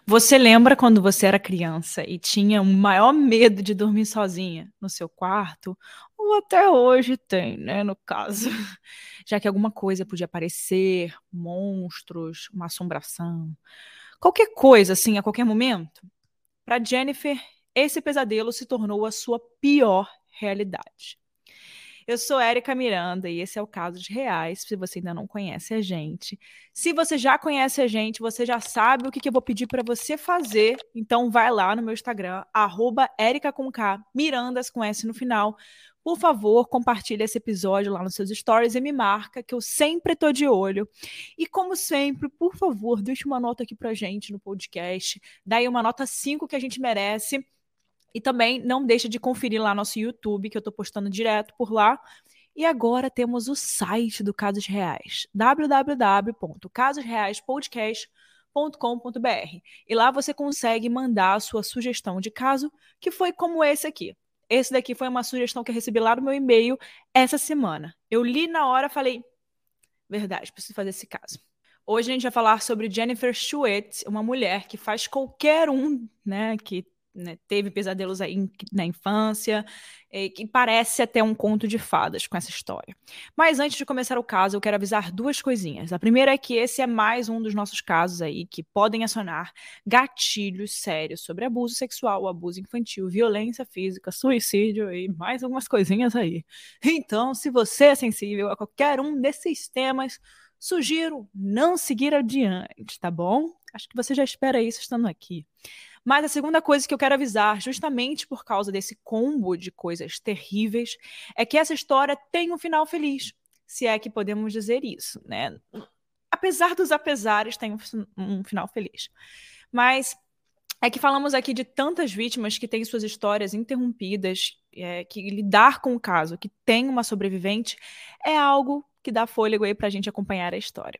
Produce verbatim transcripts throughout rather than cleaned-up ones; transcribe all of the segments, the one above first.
Você lembra quando você era criança e tinha o maior medo de dormir sozinha no seu quarto? Ou até hoje tem, né, no caso. Já que alguma coisa podia aparecer, monstros, uma assombração, qualquer coisa assim, a qualquer momento. Para Jennifer, esse pesadelo se tornou a sua pior realidade. Eu sou Érica Miranda e esse é o Casos Reais, se você ainda não conhece a gente. Se você já conhece a gente, você já sabe o que, que eu vou pedir para você fazer, então vai lá no meu Instagram, arroba Érica com K, Mirandas com S no final. Por favor, compartilhe esse episódio lá nos seus stories e me marca, que eu sempre tô de olho. E como sempre, por favor, deixe uma nota aqui pra gente no podcast, dá aí uma nota cinco que a gente merece. E também não deixa de conferir lá nosso YouTube, que eu estou postando direto por lá. E agora temos o site do Casos Reais, w w w ponto casos reais podcast ponto com ponto b r. E lá você consegue mandar a sua sugestão de caso, que foi como esse aqui. Esse daqui foi uma sugestão que eu recebi lá no meu e-mail essa semana. Eu li na hora e falei, verdade, preciso fazer esse caso. Hoje a gente vai falar sobre Jennifer Schuett, uma mulher que faz qualquer um, né, que né, teve pesadelos aí na infância, e que parece até um conto de fadas com essa história. Mas antes de começar o caso, eu quero avisar duas coisinhas. A primeira é que esse é mais um dos nossos casos aí que podem acionar gatilhos sérios sobre abuso sexual, abuso infantil, violência física, suicídio e mais algumas coisinhas aí. Então, se você é sensível a qualquer um desses temas, sugiro não seguir adiante, tá bom? Acho que você já espera isso estando aqui. Mas a segunda coisa que eu quero avisar, justamente por causa desse combo de coisas terríveis, é que essa história tem um final feliz, se é que podemos dizer isso, né? Apesar dos apesares, tem um, um final feliz. Mas é que falamos aqui de tantas vítimas que têm suas histórias interrompidas, é, que lidar com o caso, que tem uma sobrevivente, é algo que dá fôlego aí pra gente acompanhar a história.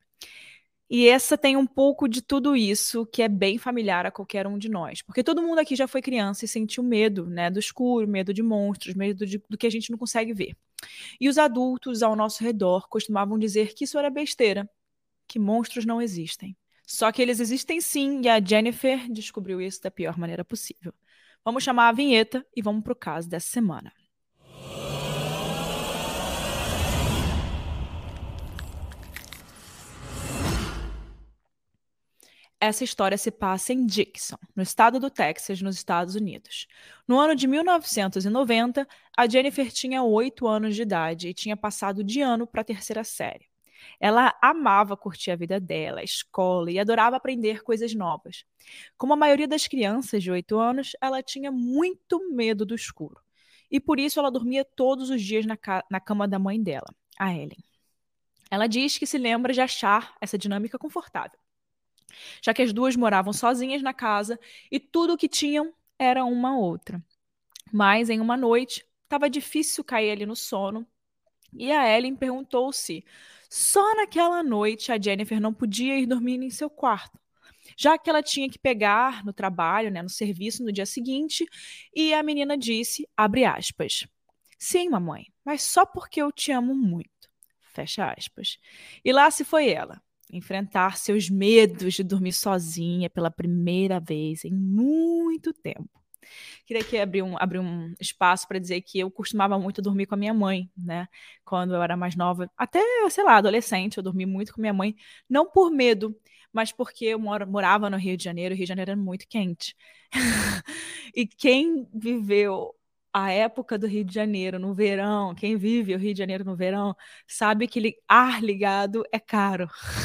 E essa tem um pouco de tudo isso que é bem familiar a qualquer um de nós. Porque todo mundo aqui já foi criança e sentiu medo, né, do escuro, medo de monstros, medo de, do que a gente não consegue ver. E os adultos ao nosso redor costumavam dizer que isso era besteira, que monstros não existem. Só que eles existem sim, e a Jennifer descobriu isso da pior maneira possível. Vamos chamar a vinheta e vamos pro caso dessa semana. Essa história se passa em Dixon, no estado do Texas, nos Estados Unidos. No ano de mil novecentos e noventa, a Jennifer tinha oito anos de idade e tinha passado de ano para a terceira série. Ela amava curtir a vida dela, a escola e adorava aprender coisas novas. Como a maioria das crianças de oito anos, ela tinha muito medo do escuro. E por isso ela dormia todos os dias na, ca- na cama da mãe dela, a Ellen. Ela diz que se lembra de achar essa dinâmica confortável, já que as duas moravam sozinhas na casa e tudo o que tinham era uma outra. Mas em uma noite, estava difícil cair ali no sono e a Ellen perguntou se só naquela noite a Jennifer não podia ir dormir em seu quarto, já que ela tinha que pegar no trabalho, né, no serviço no dia seguinte, e a menina disse, abre aspas, sim, mamãe, mas só porque eu te amo muito, fecha aspas. E lá se foi ela, enfrentar seus medos de dormir sozinha pela primeira vez em muito tempo. Queria aqui abrir um, abrir um espaço para dizer que eu costumava muito dormir com a minha mãe, né? Quando eu era mais nova, até, sei lá, adolescente, eu dormi muito com minha mãe, não por medo, mas porque eu moro, morava no Rio de Janeiro, e o Rio de Janeiro era muito quente. E quem viveu a época do Rio de Janeiro no verão, quem vive o Rio de Janeiro no verão, sabe que li- ar ligado é caro.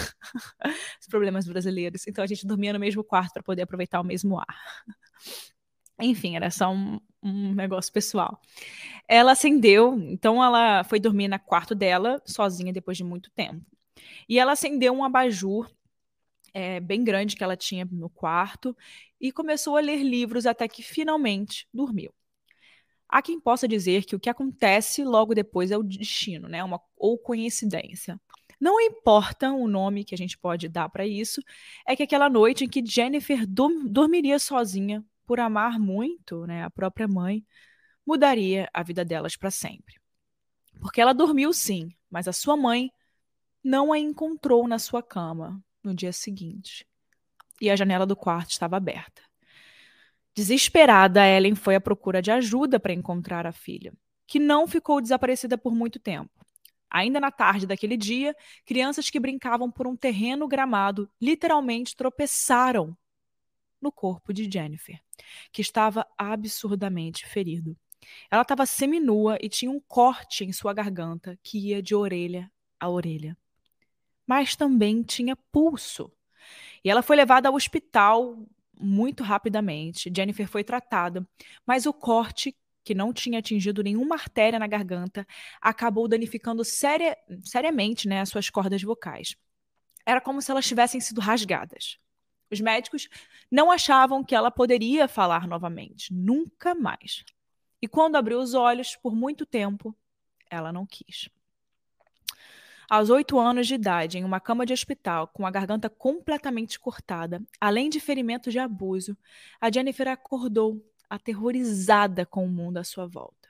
Os problemas brasileiros. Então a gente dormia no mesmo quarto para poder aproveitar o mesmo ar. Enfim, era só um, um negócio pessoal. Ela acendeu, então ela foi dormir no quarto dela, sozinha, depois de muito tempo. E ela acendeu um abajur é, bem grande que ela tinha no quarto e começou a ler livros até que finalmente dormiu. Há quem possa dizer que o que acontece logo depois é o destino, né? Uma, ou coincidência. Não importa o nome que a gente pode dar para isso, é que aquela noite em que Jennifer do- dormiria sozinha por amar muito, né, a própria mãe, mudaria a vida delas para sempre. Porque ela dormiu sim, mas a sua mãe não a encontrou na sua cama no dia seguinte. e a janela do quarto estava aberta. Desesperada, Ellen foi à procura de ajuda para encontrar a filha, que não ficou desaparecida por muito tempo. Ainda na tarde daquele dia, crianças que brincavam por um terreno gramado literalmente tropeçaram no corpo de Jennifer, que estava absurdamente ferido. Ela estava seminua e tinha um corte em sua garganta que ia de orelha a orelha. Mas também tinha pulso. E ela foi levada ao hospital muito rapidamente. Jennifer foi tratada, mas o corte, que não tinha atingido nenhuma artéria na garganta, acabou danificando séria, seriamente, né, as suas cordas vocais. Era como se elas tivessem sido rasgadas. Os médicos não achavam que ela poderia falar novamente, nunca mais. E quando abriu os olhos, por muito tempo, ela não quis. Aos oito anos de idade, em uma cama de hospital, com a garganta completamente cortada, além de ferimentos de abuso, a Jennifer acordou, aterrorizada com o mundo à sua volta.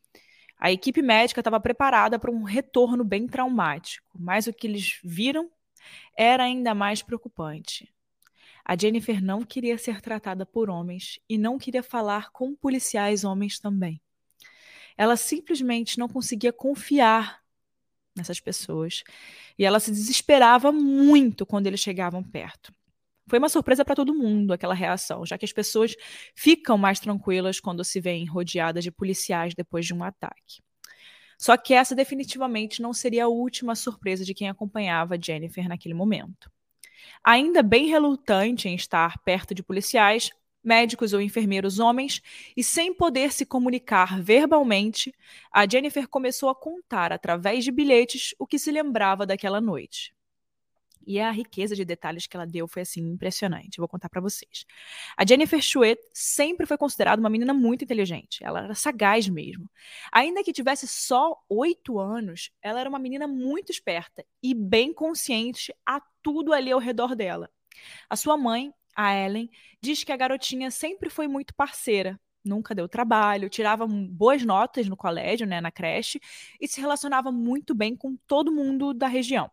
A equipe médica estava preparada para um retorno bem traumático, mas o que eles viram era ainda mais preocupante. A Jennifer não queria ser tratada por homens e não queria falar com policiais homens também. Ela simplesmente não conseguia confiar nessas pessoas. E ela se desesperava muito quando eles chegavam perto. Foi uma surpresa para todo mundo aquela reação, já que as pessoas ficam mais tranquilas quando se veem rodeadas de policiais depois de um ataque. Só que essa definitivamente não seria a última surpresa de quem acompanhava Jennifer naquele momento. Ainda bem relutante em estar perto de policiais, médicos ou enfermeiros homens, e sem poder se comunicar verbalmente, a Jennifer começou a contar através de bilhetes o que se lembrava daquela noite. E a riqueza de detalhes que ela deu foi assim impressionante. Eu vou contar para vocês. A Jennifer Chouet sempre foi considerada uma menina muito inteligente. Ela era sagaz mesmo. Ainda que tivesse só oito anos, ela era uma menina muito esperta e bem consciente a tudo ali ao redor dela. A sua mãe, a Ellen, diz que a garotinha sempre foi muito parceira. Nunca deu trabalho, tirava boas notas no colégio, né, na creche, e se relacionava muito bem com todo mundo da região.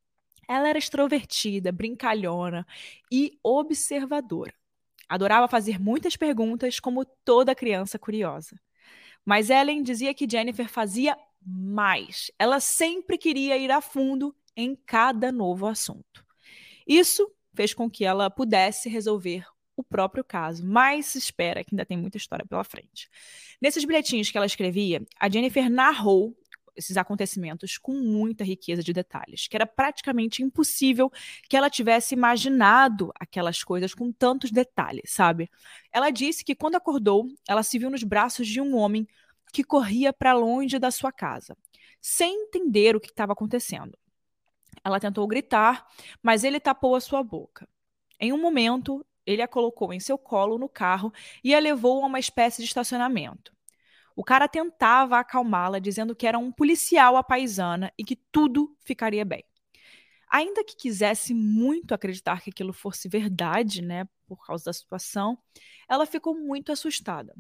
Ela era extrovertida, brincalhona e observadora. Adorava fazer muitas perguntas, como toda criança curiosa. Mas Ellen dizia que Jennifer fazia mais. Ela sempre queria ir a fundo em cada novo assunto. Isso fez com que ela pudesse resolver o próprio caso, mas se espera que ainda tem muita história pela frente. Nesses bilhetinhos que ela escrevia, a Jennifer narrou esses acontecimentos com muita riqueza de detalhes, que era praticamente impossível que ela tivesse imaginado aquelas coisas com tantos detalhes, sabe? Ela disse que quando acordou, ela se viu nos braços de um homem que corria para longe da sua casa, sem entender o que estava acontecendo. Ela tentou gritar, mas ele tapou a sua boca. Em um momento, ele a colocou em seu colo no carro e a levou a uma espécie de estacionamento. O cara tentava acalmá-la, dizendo que era um policial à paisana e que tudo ficaria bem. Ainda que quisesse muito acreditar que aquilo fosse verdade, né, por causa da situação, ela ficou muito assustada.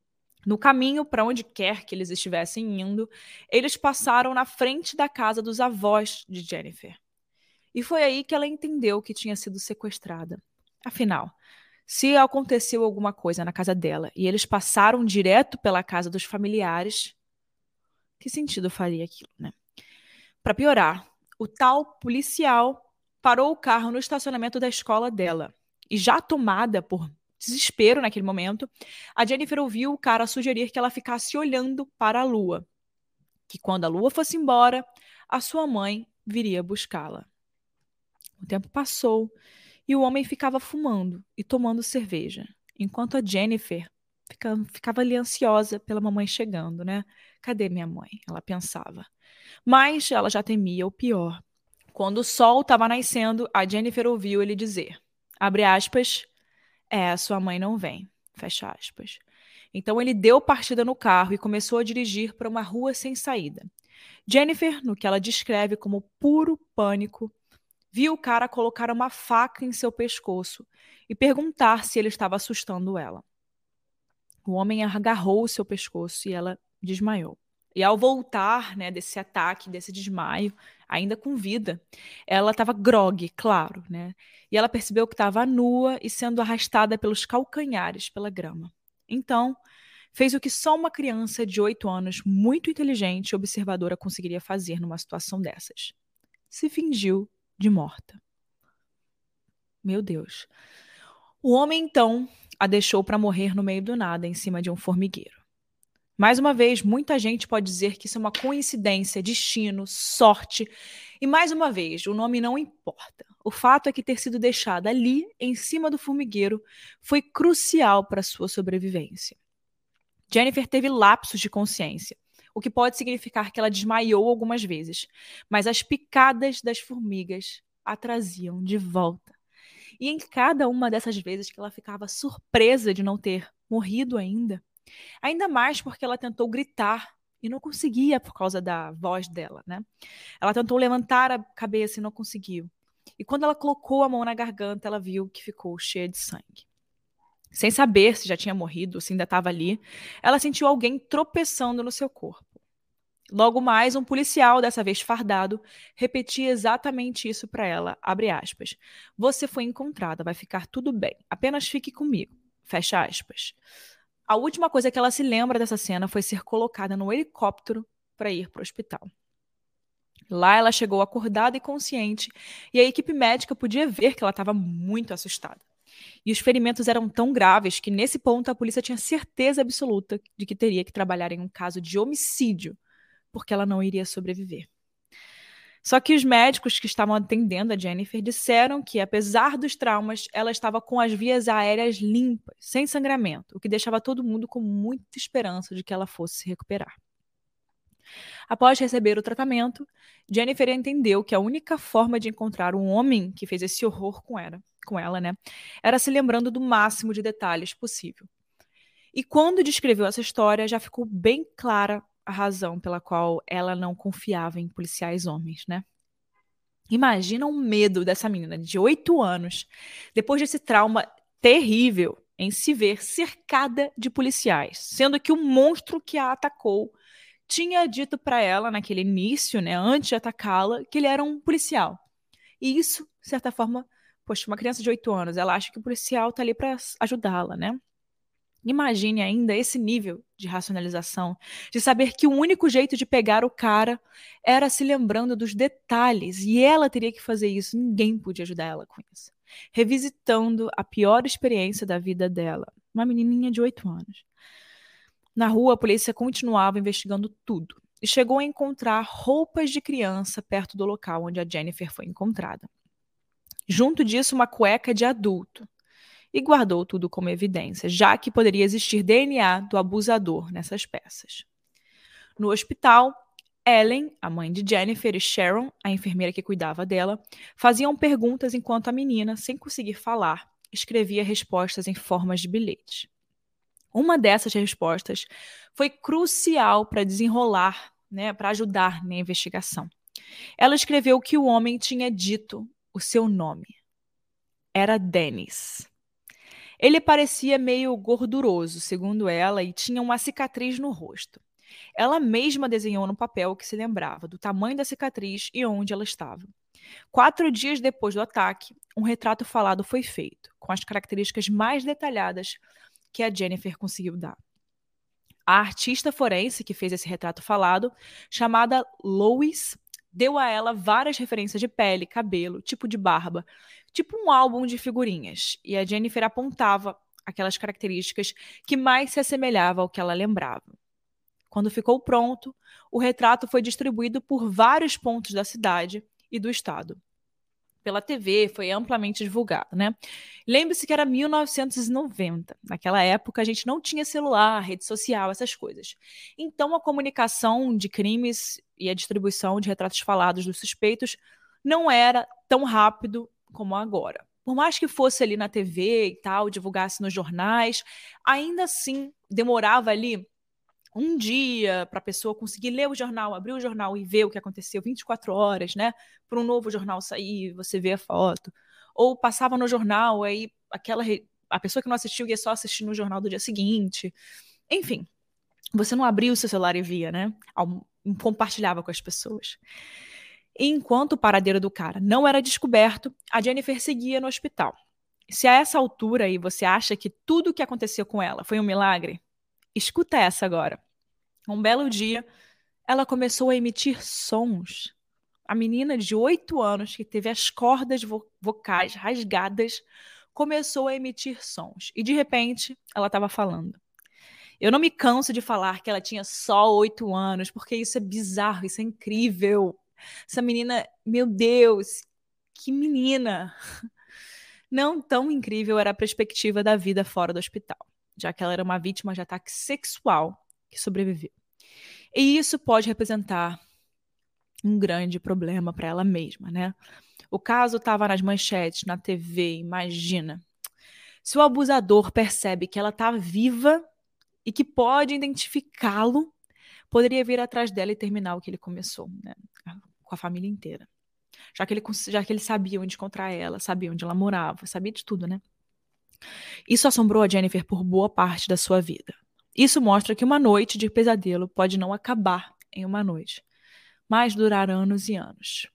No caminho para onde quer que eles estivessem indo, eles passaram na frente da casa dos avós de Jennifer. E foi aí que ela entendeu que tinha sido sequestrada. Afinal, se aconteceu alguma coisa na casa dela e eles passaram direto pela casa dos familiares, que sentido faria aquilo, né? Para piorar, o tal policial parou o carro no estacionamento da escola dela. E já tomada por desespero naquele momento, a Jennifer ouviu o cara sugerir que ela ficasse olhando para a lua. Que quando a lua fosse embora, a sua mãe viria buscá-la. O tempo passou e o homem ficava fumando e tomando cerveja, enquanto a Jennifer ficava, ficava ali ansiosa pela mamãe chegando, né? Cadê minha mãe? Ela pensava. Mas ela já temia o pior. Quando o sol estava nascendo, a Jennifer ouviu ele dizer, abre aspas, é, sua mãe não vem, fecha aspas. Então ele deu partida no carro e começou a dirigir para uma rua sem saída. Jennifer, no que ela descreve como puro pânico, viu o cara colocar uma faca em seu pescoço e perguntar se ele estava assustando ela. O homem agarrou o seu pescoço e ela desmaiou. E ao voltar, né, desse ataque, desse desmaio, ainda com vida, ela estava grogue, claro, né? E ela percebeu que estava nua e sendo arrastada pelos calcanhares pela grama. Então, fez o que só uma criança de oito anos, muito inteligente e observadora, conseguiria fazer numa situação dessas. Se fingiu de morta. Meu Deus. O homem, então, a deixou para morrer no meio do nada, em cima de um formigueiro. Mais uma vez, muita gente pode dizer que isso é uma coincidência, destino, sorte. E mais uma vez, o nome não importa. O fato é que ter sido deixada ali, em cima do formigueiro, foi crucial para sua sobrevivência. Jennifer teve lapsos de consciência, o que pode significar que ela desmaiou algumas vezes, mas as picadas das formigas a traziam de volta. E em cada uma dessas vezes que ela ficava surpresa de não ter morrido ainda, ainda mais porque ela tentou gritar e não conseguia por causa da voz dela, né? Ela tentou levantar a cabeça e não conseguiu. E quando ela colocou a mão na garganta, ela viu que ficou cheia de sangue. Sem saber se já tinha morrido, se ainda estava ali, ela sentiu alguém tropeçando no seu corpo. Logo mais, um policial, dessa vez fardado, repetia exatamente isso para ela, abre aspas. Você foi encontrada, vai ficar tudo bem, apenas fique comigo, fecha aspas. A última coisa que ela se lembra dessa cena foi ser colocada no helicóptero para ir para o hospital. Lá ela chegou acordada e consciente, e a equipe médica podia ver que ela estava muito assustada. E os ferimentos eram tão graves que, nesse ponto, a polícia tinha certeza absoluta de que teria que trabalhar em um caso de homicídio, porque ela não iria sobreviver. Só que os médicos que estavam atendendo a Jennifer disseram que, apesar dos traumas, ela estava com as vias aéreas limpas, sem sangramento, o que deixava todo mundo com muita esperança de que ela fosse se recuperar. Após receber o tratamento, Jennifer entendeu que a única forma de encontrar um homem que fez esse horror com ela, com ela, né, era se lembrando do máximo de detalhes possível. E quando descreveu essa história, já ficou bem clara a razão pela qual ela não confiava em policiais homens, né? Imagina o medo dessa menina de oito anos, depois desse trauma terrível, em se ver cercada de policiais, sendo que o monstro que a atacou tinha dito para ela, naquele início, né, antes de atacá-la, que ele era um policial. E isso, de certa forma, poxa, uma criança de oito anos, ela acha que o policial tá ali para ajudá-la, né? Imagine ainda esse nível de racionalização, de saber que o único jeito de pegar o cara era se lembrando dos detalhes, e ela teria que fazer isso, ninguém podia ajudar ela com isso. Revisitando a pior experiência da vida dela, uma menininha de oito anos. Na rua, a polícia continuava investigando tudo e chegou a encontrar roupas de criança perto do local onde a Jennifer foi encontrada. Junto disso, uma cueca de adulto. E guardou tudo como evidência, já que poderia existir D N A do abusador nessas peças. No hospital, Ellen, a mãe de Jennifer, e Sharon, a enfermeira que cuidava dela, faziam perguntas enquanto a menina, sem conseguir falar, escrevia respostas em formas de bilhete. Uma dessas respostas foi crucial para desenrolar, né, para ajudar na investigação. Ela escreveu que o homem tinha dito o seu nome. Era Dennis. Ele parecia meio gorduroso, segundo ela, e tinha uma cicatriz no rosto. Ela mesma desenhou no papel o que se lembrava, do tamanho da cicatriz e onde ela estava. Quatro dias depois do ataque, um retrato falado foi feito, com as características mais detalhadas que a Jennifer conseguiu dar. A artista forense que fez esse retrato falado, chamada Lois, deu a ela várias referências de pele, cabelo, tipo de barba, tipo um álbum de figurinhas, e a Jennifer apontava aquelas características que mais se assemelhavam ao que ela lembrava. Quando ficou pronto, o retrato foi distribuído por vários pontos da cidade e do estado. Pela T V, foi amplamente divulgado, né? Lembre-se que era mil novecentos e noventa. Naquela época, a gente não tinha celular, rede social, essas coisas. Então, a comunicação de crimes e a distribuição de retratos falados dos suspeitos não era tão rápido como agora. Por mais que fosse ali na T V e tal, divulgasse nos jornais, ainda assim demorava ali um dia para a pessoa conseguir ler o jornal, abrir o jornal e ver o que aconteceu, vinte e quatro horas, né? Para um novo jornal sair, você ver a foto. Ou passava no jornal, aí aquela a pessoa que não assistiu ia só assistir no jornal do dia seguinte. Enfim, Você não abria o seu celular e via, né? Compartilhava com as pessoas. E enquanto o paradeiro do cara não era descoberto, a Jennifer seguia no hospital. Se a essa altura aí você acha que tudo o que aconteceu com ela foi um milagre, escuta essa agora. Um belo dia, ela começou a emitir sons. A menina de oito anos, que teve as cordas vo- vocais rasgadas, começou a emitir sons. E de repente, ela estava falando. Eu não me canso de falar que ela tinha só oito anos, porque isso é bizarro, isso é incrível. Essa menina, meu Deus, que menina! Não tão incrível era a perspectiva da vida fora do hospital, já que ela era uma vítima de ataque sexual que sobreviveu. E isso pode representar um grande problema para ela mesma, né? O caso estava nas manchetes, na T V, imagina. Se o abusador percebe que ela está viva e que pode identificá-lo, poderia vir atrás dela e terminar o que ele começou, né? Com a família inteira. Já que, ele, já que ele sabia onde encontrar ela, sabia onde ela morava, sabia de tudo, né? Isso assombrou a Jennifer por boa parte da sua vida. Isso mostra que uma noite de pesadelo pode não acabar em uma noite, mas durar anos e anos.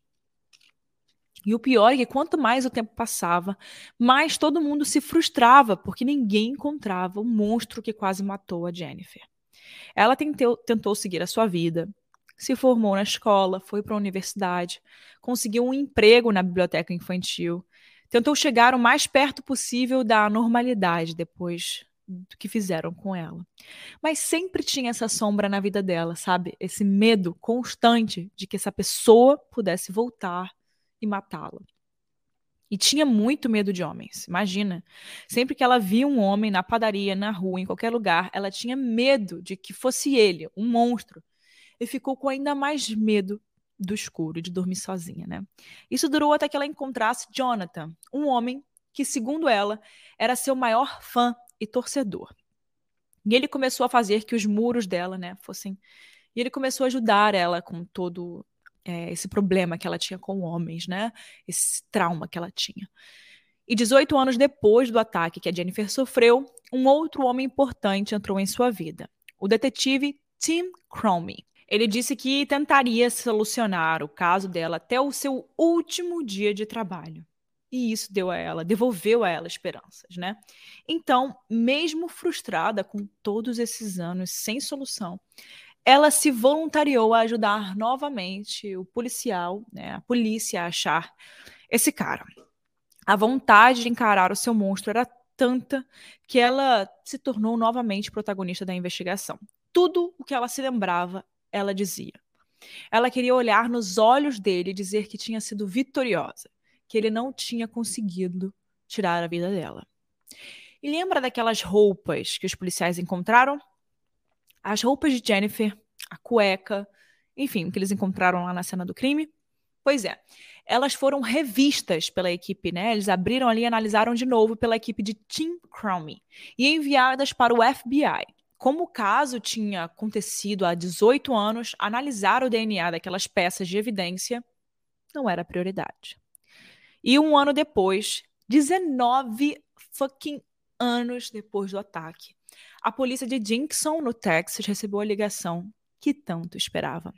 E o pior é que quanto mais o tempo passava, mais todo mundo se frustrava, porque ninguém encontrava o monstro que quase matou a Jennifer. Ela tentou, tentou seguir a sua vida, se formou na escola, foi para a universidade, conseguiu um emprego na biblioteca infantil, tentou chegar o mais perto possível da normalidade depois do que fizeram com ela. Mas sempre tinha essa sombra na vida dela, sabe? Esse medo constante de que essa pessoa pudesse voltar e matá-la. E tinha muito medo de homens, imagina. Sempre que ela via um homem na padaria, na rua, em qualquer lugar, ela tinha medo de que fosse ele, um monstro. E ficou com ainda mais medo do escuro, de dormir sozinha, né? Isso durou até que ela encontrasse Jonathan, um homem que, segundo ela, era seu maior fã e torcedor. E ele começou a fazer que os muros dela, né, fossem... E ele começou a ajudar ela com todo é, esse problema que ela tinha com homens, né? Esse trauma que ela tinha. E dezoito anos depois do ataque que a Jennifer sofreu, um outro homem importante entrou em sua vida, o detetive Tim Cromie. Ele disse que tentaria solucionar o caso dela até o seu último dia de trabalho. E isso deu a ela, devolveu a ela esperanças, né? Então, mesmo frustrada com todos esses anos sem solução, ela se voluntariou a ajudar novamente o policial, né, a polícia a achar esse cara. A vontade de encarar o seu monstro era tanta que ela se tornou novamente protagonista da investigação. Tudo o que ela se lembrava, ela dizia. Ela queria olhar nos olhos dele e dizer que tinha sido vitoriosa, que ele não tinha conseguido tirar a vida dela. E lembra daquelas roupas que os policiais encontraram? As roupas de Jennifer, a cueca, enfim, que eles encontraram lá na cena do crime? Pois é, elas foram revistas pela equipe, né? Eles abriram ali e analisaram de novo pela equipe de Tim Cromie e enviadas para o F B I. Como o caso tinha acontecido há dezoito anos, analisar o D N A daquelas peças de evidência não era prioridade. E um ano depois, dezenove fucking anos depois do ataque, a polícia de Dickinson, no Texas, recebeu a ligação que tanto esperava.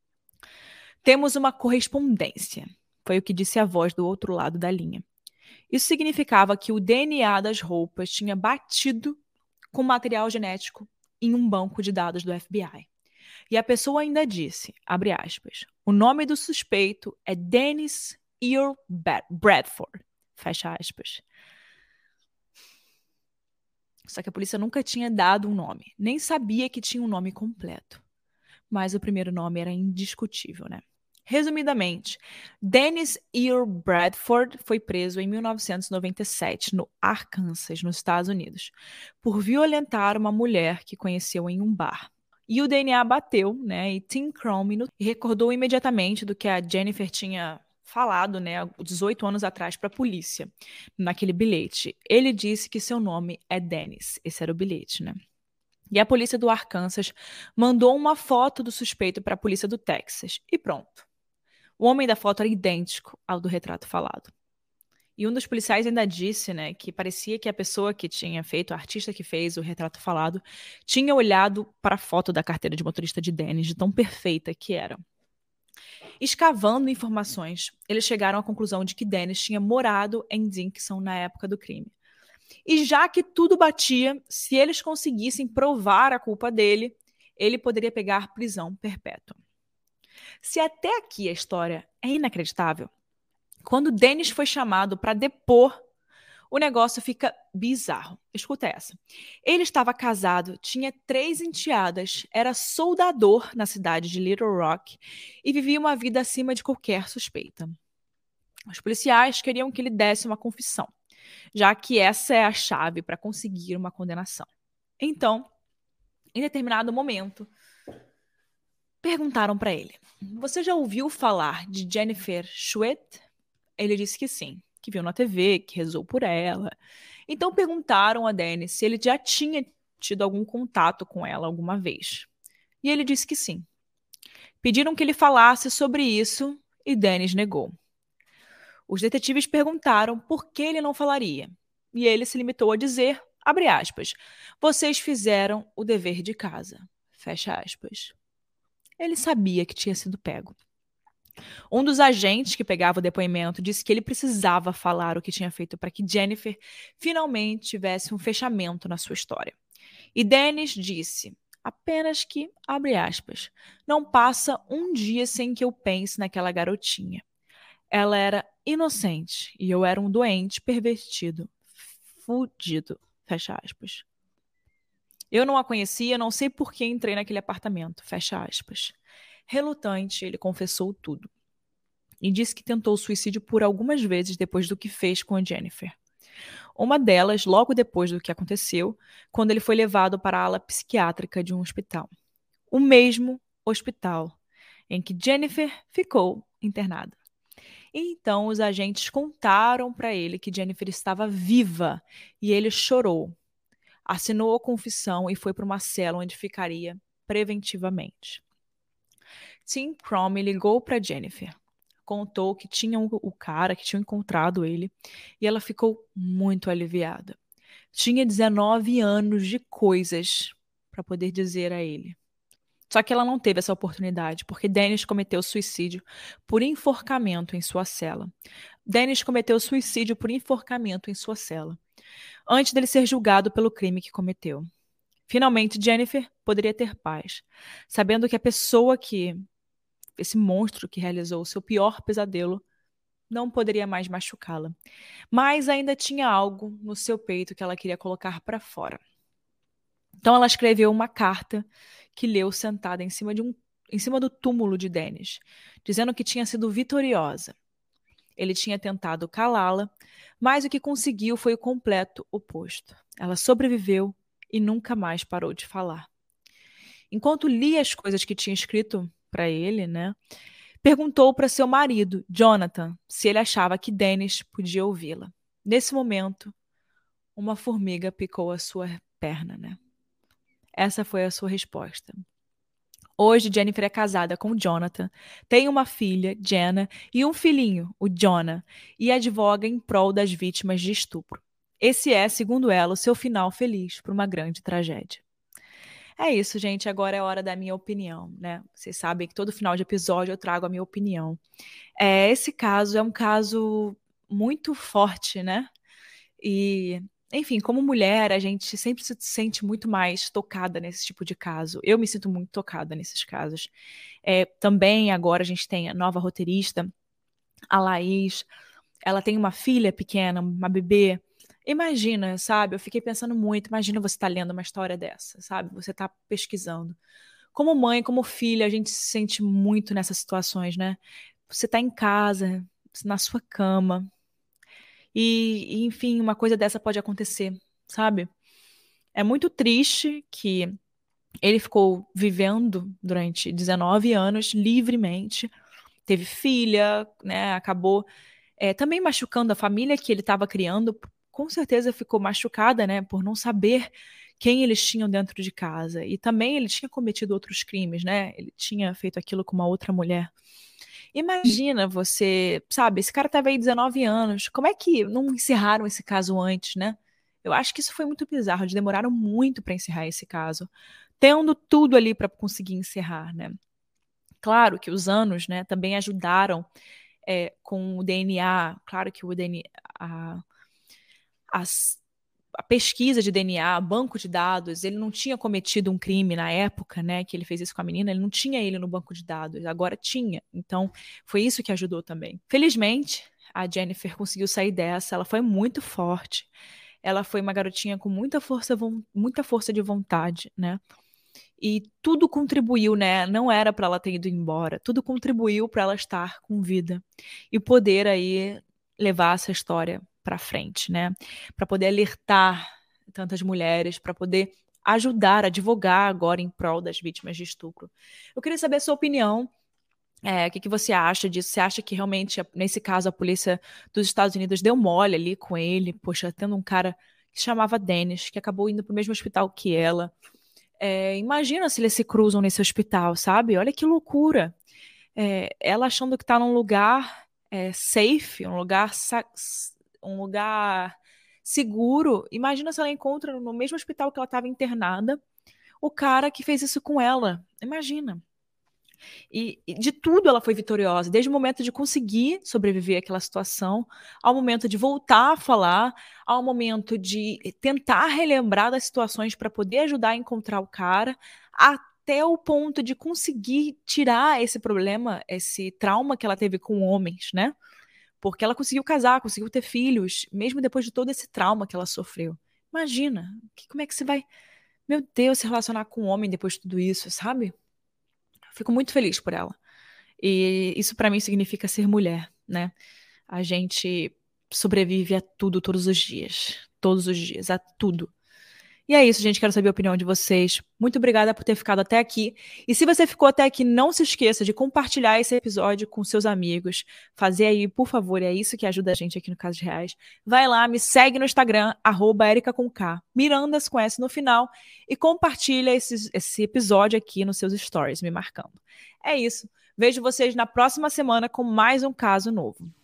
Temos uma correspondência, foi o que disse a voz do outro lado da linha. Isso significava que o D N A das roupas tinha batido com material genético em um banco de dados do F B I. E a pessoa ainda disse, abre aspas, o nome do suspeito é Dennis Earl Bradford, fecha aspas. Só que a polícia nunca tinha dado um nome, nem sabia que tinha um nome completo. Mas o primeiro nome era indiscutível, né? Resumidamente, Dennis Earl Bradford foi preso em mil novecentos e noventa e sete, no Arkansas, nos Estados Unidos, por violentar uma mulher que conheceu em um bar. E o D N A bateu, né? E Tim Cromie recordou imediatamente do que a Jennifer tinha falado, né, dezoito anos atrás para a polícia, naquele bilhete. Ele disse que seu nome é Dennis. Esse era o bilhete, né? E a polícia do Arkansas mandou uma foto do suspeito para a polícia do Texas. E pronto. O homem da foto era idêntico ao do retrato falado. E um dos policiais ainda disse, né, que parecia que a pessoa que tinha feito, o artista que fez o retrato falado, tinha olhado para a foto da carteira de motorista de Dennis, de tão perfeita que era. Escavando informações, eles chegaram à conclusão de que Dennis tinha morado em Dickinson na época do crime. E já que tudo batia, se eles conseguissem provar a culpa dele, ele poderia pegar prisão perpétua. Se até aqui a história é inacreditável, quando Dennis foi chamado para depor, o negócio fica bizarro. Escuta essa. Ele estava casado, tinha três enteadas, era soldador na cidade de Little Rock e vivia uma vida acima de qualquer suspeita. Os policiais queriam que ele desse uma confissão, já que essa é a chave para conseguir uma condenação. Então, em determinado momento, perguntaram para ele: "Você já ouviu falar de Jennifer Sweet?" Ele disse que sim, que viu na T V, que rezou por ela. Então perguntaram a Dennis se ele já tinha tido algum contato com ela alguma vez. E ele disse que sim. Pediram que ele falasse sobre isso e Dennis negou. Os detetives perguntaram por que ele não falaria. E ele se limitou a dizer, abre aspas, "Vocês fizeram o dever de casa", fecha aspas. Ele sabia que tinha sido pego. Um dos agentes que pegava o depoimento disse que ele precisava falar o que tinha feito para que Jennifer finalmente tivesse um fechamento na sua história. E Dennis disse apenas que, abre aspas, "não passa um dia sem que eu pense naquela garotinha. Ela era inocente e eu era um doente, pervertido, fudido", fecha aspas. "Eu não a conhecia, não sei por que entrei naquele apartamento", fecha aspas. Relutante, ele confessou tudo. E disse que tentou suicídio por algumas vezes depois do que fez com a Jennifer. Uma delas, logo depois do que aconteceu, quando ele foi levado para a ala psiquiátrica de um hospital. O mesmo hospital em que Jennifer ficou internada. E então os agentes contaram para ele que Jennifer estava viva e ele chorou. Assinou a confissão e foi para uma cela onde ficaria preventivamente. Tim Cromie ligou para Jennifer. Contou que tinha o cara, que tinha encontrado ele, e ela ficou muito aliviada. Tinha dezenove anos de coisas para poder dizer a ele. Só que ela não teve essa oportunidade, porque Dennis cometeu suicídio por enforcamento em sua cela. Dennis cometeu suicídio por enforcamento em sua cela, antes dele ser julgado pelo crime que cometeu. Finalmente, Jennifer poderia ter paz, sabendo que a pessoa que esse monstro que realizou o seu pior pesadelo não poderia mais machucá-la. Mas ainda tinha algo no seu peito que ela queria colocar para fora. Então ela escreveu uma carta que leu sentada em cima, de um, em cima do túmulo de Dennis, dizendo que tinha sido vitoriosa. Ele tinha tentado calá-la, mas o que conseguiu foi o completo oposto. Ela sobreviveu e nunca mais parou de falar. Enquanto lia as coisas que tinha escrito para ele, né, perguntou para seu marido, Jonathan, se ele achava que Dennis podia ouvi-la. Nesse momento, uma formiga picou a sua perna, né? Essa foi a sua resposta. Hoje, Jennifer é casada com Jonathan, tem uma filha, Jenna, e um filhinho, o Jonah, e advoga em prol das vítimas de estupro. Esse é, segundo ela, o seu final feliz para uma grande tragédia. É isso, gente. Agora é a hora da minha opinião, né? Vocês sabem que todo final de episódio eu trago a minha opinião. É, esse caso é um caso muito forte, né? E, enfim, como mulher, a gente sempre se sente muito mais tocada nesse tipo de caso. Eu me sinto muito tocada nesses casos. É, também agora a gente tem a nova roteirista, a Laís. Ela tem uma filha pequena, uma bebê. Imagina, sabe? Eu fiquei pensando muito. Imagina você estar tá lendo uma história dessa, sabe? Você está pesquisando. Como mãe, como filha, a gente se sente muito nessas situações, né? Você está em casa, na sua cama. E, e, enfim, uma coisa dessa pode acontecer, sabe? É muito triste que ele ficou vivendo durante dezenove anos livremente. Teve filha, né? Acabou é, também machucando a família que ele estava criando. Com certeza ficou machucada, né, por não saber quem eles tinham dentro de casa. E também ele tinha cometido outros crimes, né? Ele tinha feito aquilo com uma outra mulher. Imagina você, sabe, esse cara tava aí dezenove anos, como é que não encerraram esse caso antes, né? Eu acho que isso foi muito bizarro, eles demoraram muito para encerrar esse caso, tendo tudo ali para conseguir encerrar, né? Claro que os anos, né, também ajudaram é, com o D N A, claro que o D N A, a, as a pesquisa de D N A, banco de dados, ele não tinha cometido um crime na época, né, que ele fez isso com a menina, ele não tinha ele no banco de dados, agora tinha. Então, foi isso que ajudou também. Felizmente, a Jennifer conseguiu sair dessa, ela foi muito forte. Ela foi uma garotinha com muita força, muita força de vontade, né? E tudo contribuiu, né? Não era para ela ter ido embora. Tudo contribuiu para ela estar com vida e poder aí levar essa história para frente, né? Para poder alertar tantas mulheres, para poder ajudar, advogar agora em prol das vítimas de estupro. Eu queria saber a sua opinião. É, o que, que você acha disso? Você acha que realmente, nesse caso, a polícia dos Estados Unidos deu mole ali com ele? Poxa, tendo um cara que se chamava Dennis, que acabou indo para o mesmo hospital que ela. É, imagina se eles se cruzam nesse hospital, sabe? Olha que loucura. É, ela achando que está num lugar é, safe, um lugar, um lugar seguro. Imagina se ela encontra no mesmo hospital que ela estava internada o cara que fez isso com ela. Imagina. E, e de tudo ela foi vitoriosa, desde o momento de conseguir sobreviver àquela situação, ao momento de voltar a falar, ao momento de tentar relembrar das situações para poder ajudar a encontrar o cara, até o ponto de conseguir tirar esse problema, esse trauma que ela teve com homens, né? Porque ela conseguiu casar, conseguiu ter filhos, mesmo depois de todo esse trauma que ela sofreu. Imagina, que, como é que você vai, meu Deus, se relacionar com um homem depois de tudo isso, sabe? Fico muito feliz por ela. E isso para mim significa ser mulher, né? A gente sobrevive a tudo todos os dias. Todos os dias, a tudo. E é isso, gente. Quero saber a opinião de vocês. Muito obrigada por ter ficado até aqui. E se você ficou até aqui, não se esqueça de compartilhar esse episódio com seus amigos. Fazer aí, por favor, é isso que ajuda a gente aqui no Casos Reais. Vai lá, me segue no Instagram, arroba Erica com K, Mirandas com S no final, e compartilha esse, esse episódio aqui nos seus stories, me marcando. É isso. Vejo vocês na próxima semana com mais um caso novo.